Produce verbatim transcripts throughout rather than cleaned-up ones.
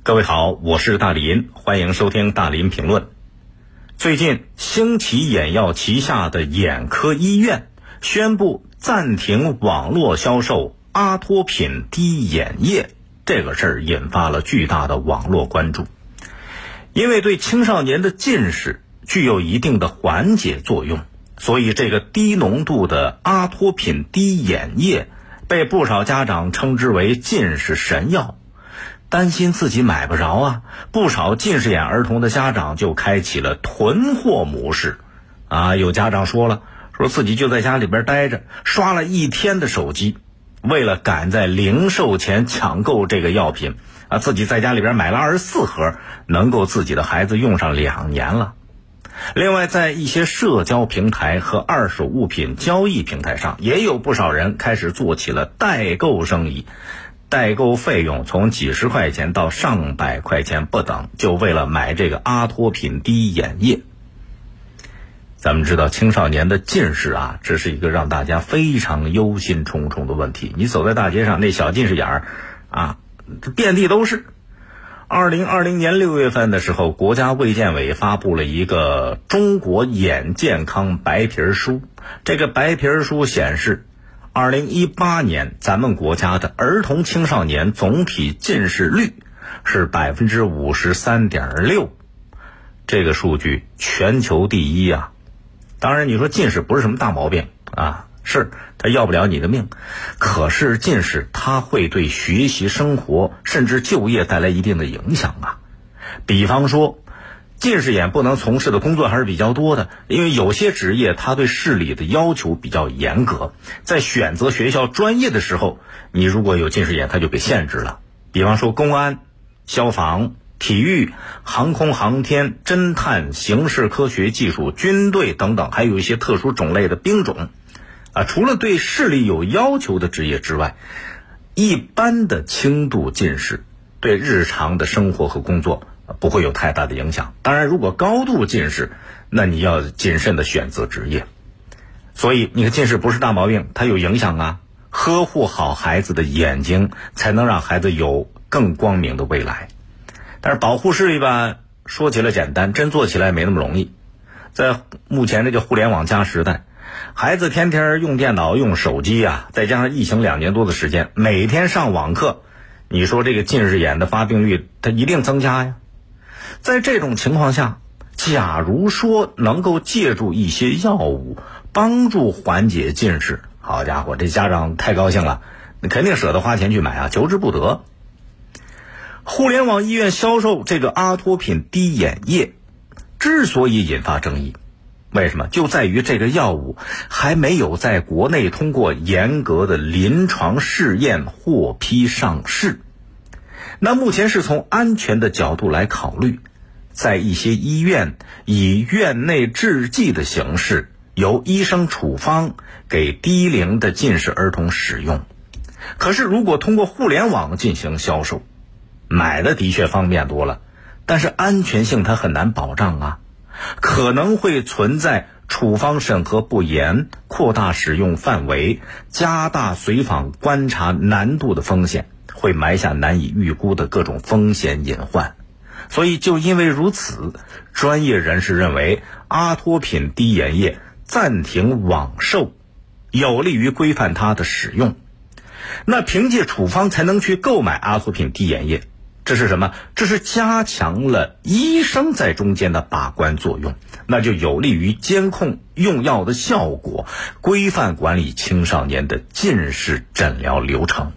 各位好，我是大林，欢迎收听大林评论。最近，兴起眼药旗下的眼科医院宣布暂停网络销售阿托品滴眼液，这个事儿引发了巨大的网络关注。因为对青少年的近视具有一定的缓解作用，所以这个低浓度的阿托品滴眼液被不少家长称之为近视神药。担心自己买不着啊，不少近视眼儿童的家长就开启了囤货模式啊。有家长说了，说自己就在家里边待着，刷了一天的手机，为了赶在零售前抢购这个药品啊，自己在家里边买了二十四盒，能够自己的孩子用上两年了。另外，在一些社交平台和二手物品交易平台上，也有不少人开始做起了代购生意。代购费用从几十块钱到上百块钱不等，就为了买这个阿托品滴眼液。咱们知道青少年的近视啊，这是一个让大家非常忧心忡忡的问题。你走在大街上，那小近视眼儿啊，遍地都是。二零二零年六月份的时候，国家卫健委发布了一个中国眼健康白皮书。这个白皮书显示，二零一八年咱们国家的儿童青少年总体近视率是 百分之五十三点六， 这个数据全球第一啊。当然你说近视不是什么大毛病啊，是它要不了你的命，可是近视它会对学习生活甚至就业带来一定的影响啊。比方说近视眼不能从事的工作还是比较多的，因为有些职业它对视力的要求比较严格，在选择学校专业的时候，你如果有近视眼，它就被限制了。比方说公安、消防、体育、航空航天、侦探、刑事科学技术、军队等等，还有一些特殊种类的兵种啊。除了对视力有要求的职业之外，一般的轻度近视对日常的生活和工作不会有太大的影响。当然如果高度近视，那你要谨慎的选择职业。所以你看，近视不是大毛病，它有影响啊。呵护好孩子的眼睛，才能让孩子有更光明的未来。但是保护视力吧，说起来简单，真做起来没那么容易。在目前这个互联网加时代，孩子天天用电脑用手机啊，再加上疫情两年多的时间，每天上网课，你说这个近视眼的发病率它一定增加呀。在这种情况下，假如说能够借助一些药物帮助缓解近视，好家伙，这家长太高兴了，你肯定舍得花钱去买啊，求之不得。互联网医院销售这个阿托品滴眼液之所以引发争议，为什么？就在于这个药物还没有在国内通过严格的临床试验获批上市。那目前是从安全的角度来考虑，在一些医院以院内制剂的形式，由医生处方给低龄的近视儿童使用。可是如果通过互联网进行销售，买的的确方便多了，但是安全性它很难保障啊，可能会存在处方审核不严、扩大使用范围、加大随访观察难度的风险，会埋下难以预估的各种风险隐患。所以就因为如此，专业人士认为阿托品滴眼液暂停网售，有利于规范它的使用。那凭借处方才能去购买阿托品滴眼液，这是什么？这是加强了医生在中间的把关作用，那就有利于监控用药的效果，规范管理青少年的近视诊疗流程。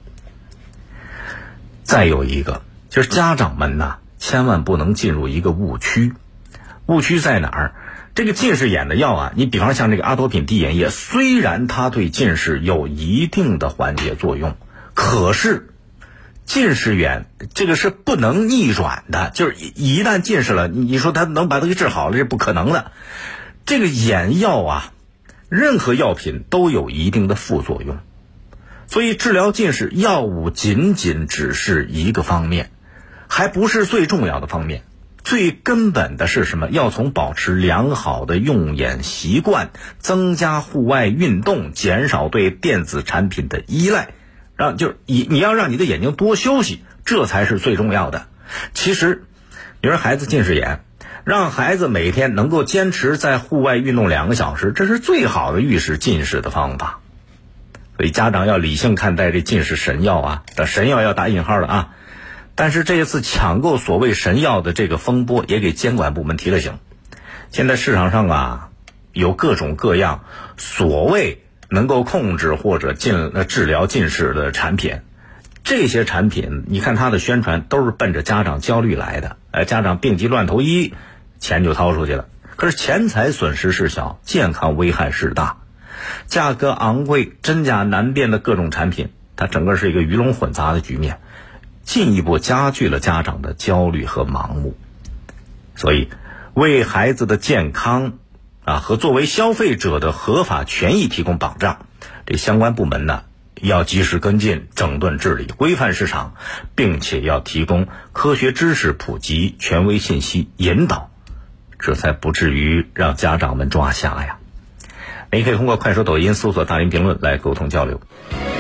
再有一个就是家长们呐，千万不能进入一个误区。误区在哪儿？这个近视眼的药啊，你比方像这个阿托品滴眼液，虽然它对近视有一定的缓解作用，可是近视眼这个是不能逆转的，就是一旦近视了，你说它能把它给治好了，这不可能的。这个眼药啊，任何药品都有一定的副作用，所以治疗近视药物仅仅只是一个方面，还不是最重要的方面。最根本的是什么？要从保持良好的用眼习惯，增加户外运动，减少对电子产品的依赖，让就是你你要让你的眼睛多休息，这才是最重要的。 其实你说孩子近视眼，让孩子每天能够坚持在户外运动两个小时，这是最好的预示近视的方法。所以家长要理性看待这近视神药啊，这神药要打引号的啊。但是这一次抢购所谓神药的这个风波，也给监管部门提了醒。现在市场上啊，有各种各样所谓能够控制或者近呃治疗近视的产品，这些产品你看它的宣传都是奔着家长焦虑来的，哎，家长病急乱投医，钱就掏出去了。可是钱财损失是小，健康危害是大。价格昂贵、真假难辨的各种产品，它整个是一个鱼龙混杂的局面，进一步加剧了家长的焦虑和盲目。所以为孩子的健康啊和作为消费者的合法权益提供保障，这相关部门呢要及时跟进，整顿治理，规范市场，并且要提供科学知识普及、权威信息引导，这才不至于让家长们抓瞎呀。您可以通过快手、抖音搜索大林评论来沟通交流。